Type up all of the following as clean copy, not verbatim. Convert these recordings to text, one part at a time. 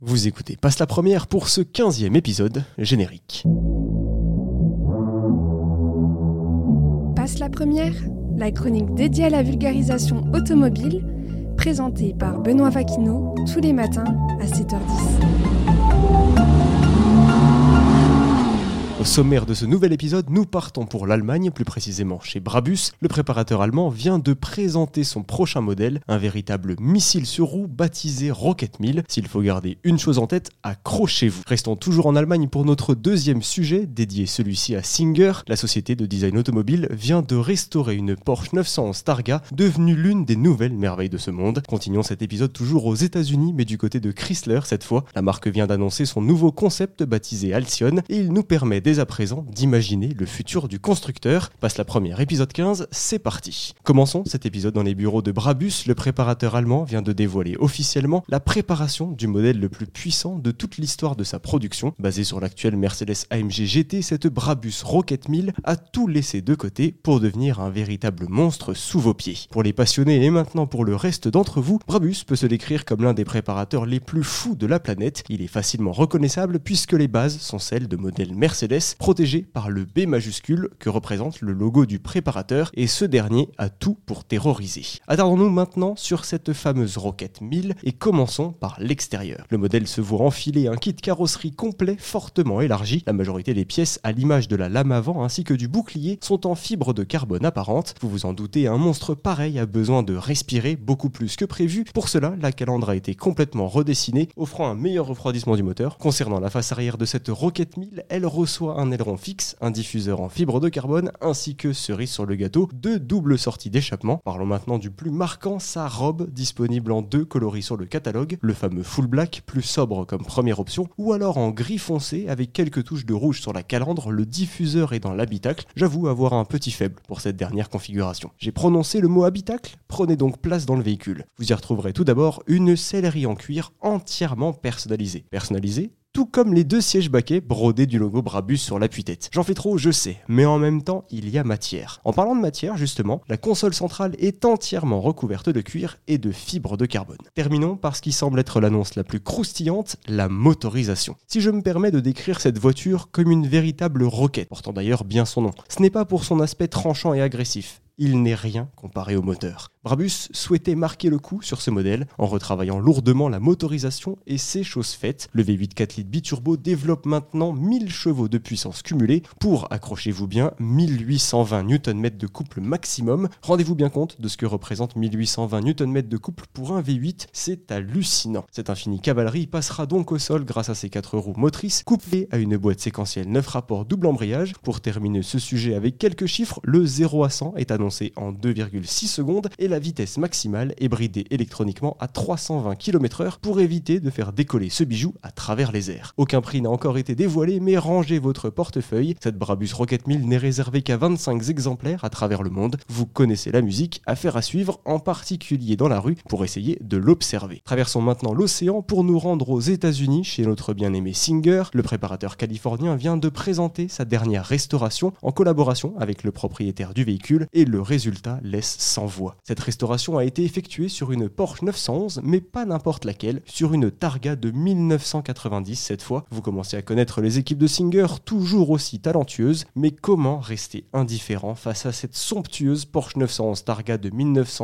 Vous écoutez Passe la première pour ce 15e épisode générique. Passe la première, la chronique dédiée à la vulgarisation automobile, présentée par Benoît Vaquineau tous les matins à 7h10. Au sommaire de ce nouvel épisode, nous partons pour l'Allemagne, plus précisément chez Brabus. Le préparateur allemand vient de présenter son prochain modèle, un véritable missile sur roue baptisé Rocket 1000. S'il faut garder une chose en tête, accrochez-vous. Restons toujours en Allemagne pour notre deuxième sujet, dédié celui-ci à Singer. La société de design automobile vient de restaurer une Porsche 911 Targa, devenue l'une des nouvelles merveilles de ce monde. Continuons cet épisode toujours aux États-Unis, mais du côté de Chrysler cette fois. La marque vient d'annoncer son nouveau concept baptisé Alcyon et il nous permet dès à présent d'imaginer le futur du constructeur. Passe la première, épisode 15, c'est parti. Commençons cet épisode dans les bureaux de Brabus. Le préparateur allemand vient de dévoiler officiellement la préparation du modèle le plus puissant de toute l'histoire de sa production. Basé sur l'actuelle Mercedes AMG GT, cette Brabus Rocket 1000 a tout laissé de côté pour devenir un véritable monstre sous vos pieds. Pour les passionnés et maintenant pour le reste d'entre vous, Brabus peut se décrire comme l'un des préparateurs les plus fous de la planète. Il est facilement reconnaissable puisque les bases sont celles de modèles Mercedes, protégé par le B majuscule que représente le logo du préparateur, et ce dernier a tout pour terroriser. Attardons-nous maintenant sur cette fameuse Rocket 1000 et commençons par l'extérieur. Le modèle se voit enfiler un kit carrosserie complet fortement élargi. La majorité des pièces, à l'image de la lame avant ainsi que du bouclier, sont en fibre de carbone apparente. Vous vous en doutez, un monstre pareil a besoin de respirer beaucoup plus que prévu. Pour cela, la calandre a été complètement redessinée, offrant un meilleur refroidissement du moteur. Concernant la face arrière de cette Rocket 1000, elle reçoit un aileron fixe, un diffuseur en fibre de carbone, ainsi que, cerise sur le gâteau, deux doubles sorties d'échappement. Parlons maintenant du plus marquant, sa robe, disponible en deux coloris sur le catalogue, le fameux full black, plus sobre comme première option, ou alors en gris foncé avec quelques touches de rouge sur la calandre, le diffuseur est dans l'habitacle. J'avoue avoir un petit faible pour cette dernière configuration. J'ai prononcé le mot habitacle, prenez donc place dans le véhicule. Vous y retrouverez tout d'abord une sellerie en cuir entièrement personnalisée. Personnalisée tout comme les deux sièges baquets brodés du logo Brabus sur l'appui-tête. J'en fais trop, je sais, mais en même temps, il y a matière. En parlant de matière, justement, la console centrale est entièrement recouverte de cuir et de fibres de carbone. Terminons par ce qui semble être l'annonce la plus croustillante, la motorisation. Si je me permets de décrire cette voiture comme une véritable roquette, portant d'ailleurs bien son nom, ce n'est pas pour son aspect tranchant et agressif. Il n'est rien comparé au moteur. Brabus souhaitait marquer le coup sur ce modèle en retravaillant lourdement la motorisation et c'est chose faite. Le V8 4 litres biturbo développe maintenant 1000 chevaux de puissance cumulée pour, accrochez-vous bien, 1820 Nm de couple maximum. Rendez-vous bien compte de ce que représente 1820 Nm de couple pour un V8, c'est hallucinant. Cette infinie cavalerie passera donc au sol grâce à ses 4 roues motrices couplées à une boîte séquentielle 9 rapports double embrayage. Pour terminer ce sujet avec quelques chiffres, le 0 à 100 est annoncé en 2,6 secondes et la vitesse maximale est bridée électroniquement à 320 km/h pour éviter de faire décoller ce bijou à travers les airs. Aucun prix n'a encore été dévoilé, mais rangez votre portefeuille. Cette Brabus Rocket 1000 n'est réservée qu'à 25 exemplaires à travers le monde. Vous connaissez la musique, affaire à suivre, en particulier dans la rue, pour essayer de l'observer. Traversons maintenant l'océan pour nous rendre aux États-Unis chez notre bien-aimé Singer. Le préparateur californien vient de présenter sa dernière restauration en collaboration avec le propriétaire du véhicule et le résultat laisse sans voix. Cette restauration a été effectuée sur une Porsche 911, mais pas n'importe laquelle, sur une Targa de 1990 cette fois. Vous commencez à connaître les équipes de Singer, toujours aussi talentueuses, mais comment rester indifférent face à cette somptueuse Porsche 911 Targa de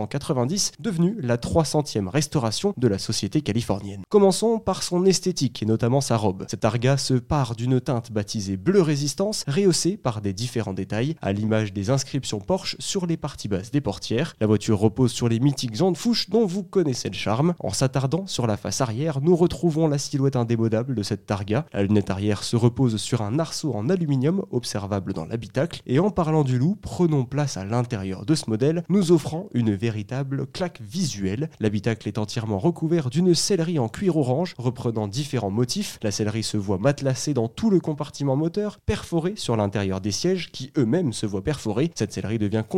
1990, devenue la 300e restauration de la société californienne. Commençons par son esthétique et notamment sa robe. Cette Targa se pare d'une teinte baptisée bleu résistance, rehaussée par des différents détails, à l'image des inscriptions Porsche sur les parties basses des portières. La voiture repose sur les mythiques Zandfusch dont vous connaissez le charme. En s'attardant sur la face arrière, nous retrouvons la silhouette indémodable de cette Targa. La lunette arrière se repose sur un arceau en aluminium observable dans l'habitacle. Et en parlant du loup, prenons place à l'intérieur de ce modèle, nous offrant une véritable claque visuelle. L'habitacle est entièrement recouvert d'une sellerie en cuir orange reprenant différents motifs. La sellerie se voit matelassée dans tout le compartiment moteur, perforée sur l'intérieur des sièges qui eux-mêmes se voient perforés. Cette sellerie devient complètement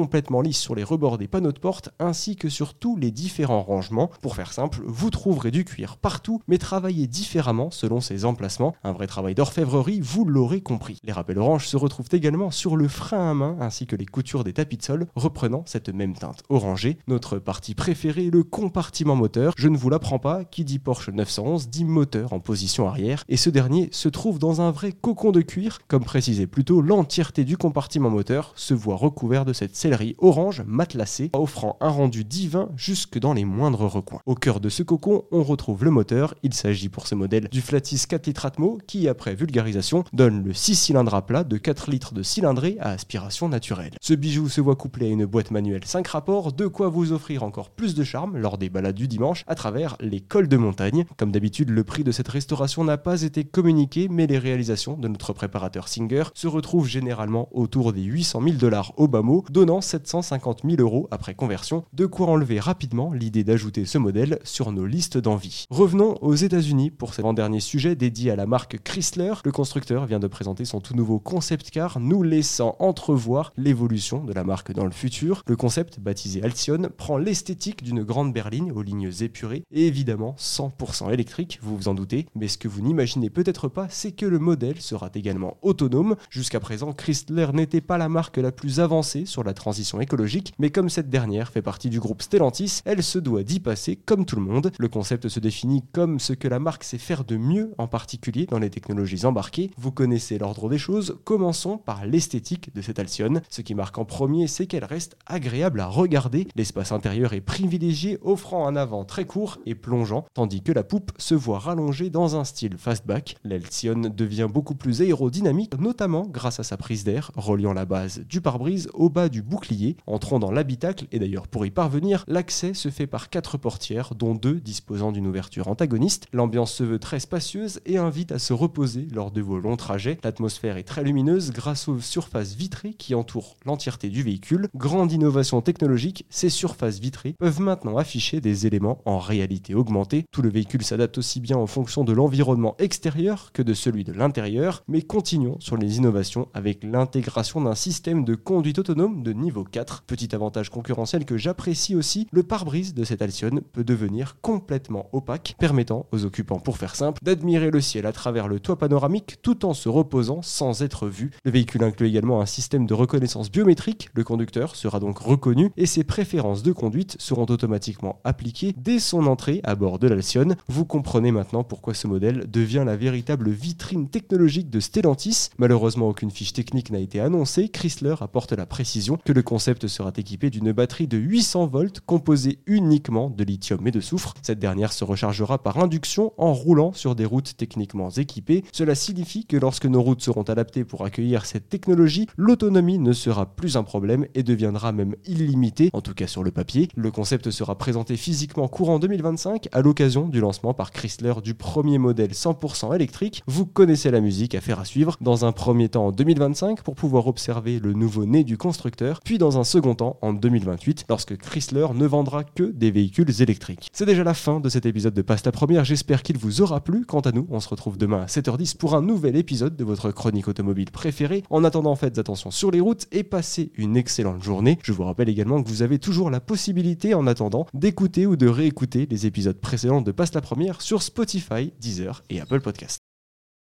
complètement lisse sur les rebords des panneaux de porte ainsi que sur tous les différents rangements. Pour faire simple, vous trouverez du cuir partout, mais travaillé différemment selon ses emplacements. Un vrai travail d'orfèvrerie, vous l'aurez compris. Les rappels orange se retrouvent également sur le frein à main ainsi que les coutures des tapis de sol, reprenant cette même teinte orangée. Notre partie préférée, le compartiment moteur. Je ne vous l'apprends pas, qui dit Porsche 911 dit moteur en position arrière, et ce dernier se trouve dans un vrai cocon de cuir. Comme précisé plus tôt, l'entièreté du compartiment moteur se voit recouvert de cette sellerie orange matelassée, offrant un rendu divin jusque dans les moindres recoins. Au cœur de ce cocon, on retrouve le moteur. Il s'agit pour ce modèle du Flatis 4 litres Atmo qui, après vulgarisation, donne le 6 cylindres à plat de 4 litres de cylindrée à aspiration naturelle. Ce bijou se voit couplé à une boîte manuelle 5 rapports, de quoi vous offrir encore plus de charme lors des balades du dimanche à travers les cols de montagne. Comme d'habitude, le prix de cette restauration n'a pas été communiqué, mais les réalisations de notre préparateur Singer se retrouvent généralement autour des 800 000 $ au bas mot, donnant 750 000 € après conversion, de quoi enlever rapidement l'idée d'ajouter ce modèle sur nos listes d'envie. Revenons aux États-Unis pour cet avant-dernier sujet dédié à la marque Chrysler. Le constructeur vient de présenter son tout nouveau concept car, nous laissant entrevoir l'évolution de la marque dans le futur. Le concept, baptisé Alcyon, prend l'esthétique d'une grande berline aux lignes épurées et évidemment 100% électrique, vous vous en doutez, mais ce que vous n'imaginez peut-être pas, c'est que le modèle sera également autonome. Jusqu'à présent, Chrysler n'était pas la marque la plus avancée sur la transition écologique, mais comme cette dernière fait partie du groupe Stellantis, elle se doit d'y passer comme tout le monde. Le concept se définit comme ce que la marque sait faire de mieux, en particulier dans les technologies embarquées. Vous connaissez l'ordre des choses, commençons par l'esthétique de cette Alcyon. Ce qui marque en premier, c'est qu'elle reste agréable à regarder. L'espace intérieur est privilégié, offrant un avant très court et plongeant, tandis que la poupe se voit rallongée dans un style fastback. L'Alcyon devient beaucoup plus aérodynamique, notamment grâce à sa prise d'air, reliant la base du pare-brise au bas du bouclier. Entrons dans l'habitacle, et d'ailleurs pour y parvenir, l'accès se fait par 4 portières, dont 2 disposant d'une ouverture antagoniste. L'ambiance se veut très spacieuse et invite à se reposer lors de vos longs trajets. L'atmosphère est très lumineuse grâce aux surfaces vitrées qui entourent l'entièreté du véhicule. Grande innovation technologique, ces surfaces vitrées peuvent maintenant afficher des éléments en réalité augmentée. Tout le véhicule s'adapte aussi bien en fonction de l'environnement extérieur que de celui de l'intérieur, mais continuons sur les innovations avec l'intégration d'un système de conduite autonome de niveau 4. Petit avantage concurrentiel que j'apprécie aussi, le pare-brise de cette Alcyon peut devenir complètement opaque, permettant aux occupants, pour faire simple, d'admirer le ciel à travers le toit panoramique tout en se reposant sans être vu. Le véhicule inclut également un système de reconnaissance biométrique. Le conducteur sera donc reconnu et ses préférences de conduite seront automatiquement appliquées dès son entrée à bord de l'Alcyon. Vous comprenez maintenant pourquoi ce modèle devient la véritable vitrine technologique de Stellantis. Malheureusement, aucune fiche technique n'a été annoncée. Chrysler apporte la précision que le concept sera équipé d'une batterie de 800 volts composée uniquement de lithium et de soufre. Cette dernière se rechargera par induction en roulant sur des routes techniquement équipées. Cela signifie que lorsque nos routes seront adaptées pour accueillir cette technologie, l'autonomie ne sera plus un problème et deviendra même illimitée, en tout cas sur le papier. Le concept sera présenté physiquement courant 2025 à l'occasion du lancement par Chrysler du premier modèle 100% électrique. Vous connaissez la musique, affaire à suivre. Dans un premier temps en 2025 pour pouvoir observer le nouveau-né du constructeur, puis dans un second temps en 2028 lorsque Chrysler ne vendra que des véhicules électriques. C'est déjà la fin de cet épisode de Passe la Première, j'espère qu'il vous aura plu. Quant à nous, on se retrouve demain à 7h10 pour un nouvel épisode de votre chronique automobile préférée. En attendant, faites attention sur les routes et passez une excellente journée. Je vous rappelle également que vous avez toujours la possibilité en attendant d'écouter ou de réécouter les épisodes précédents de Passe la Première sur Spotify, Deezer et Apple Podcast.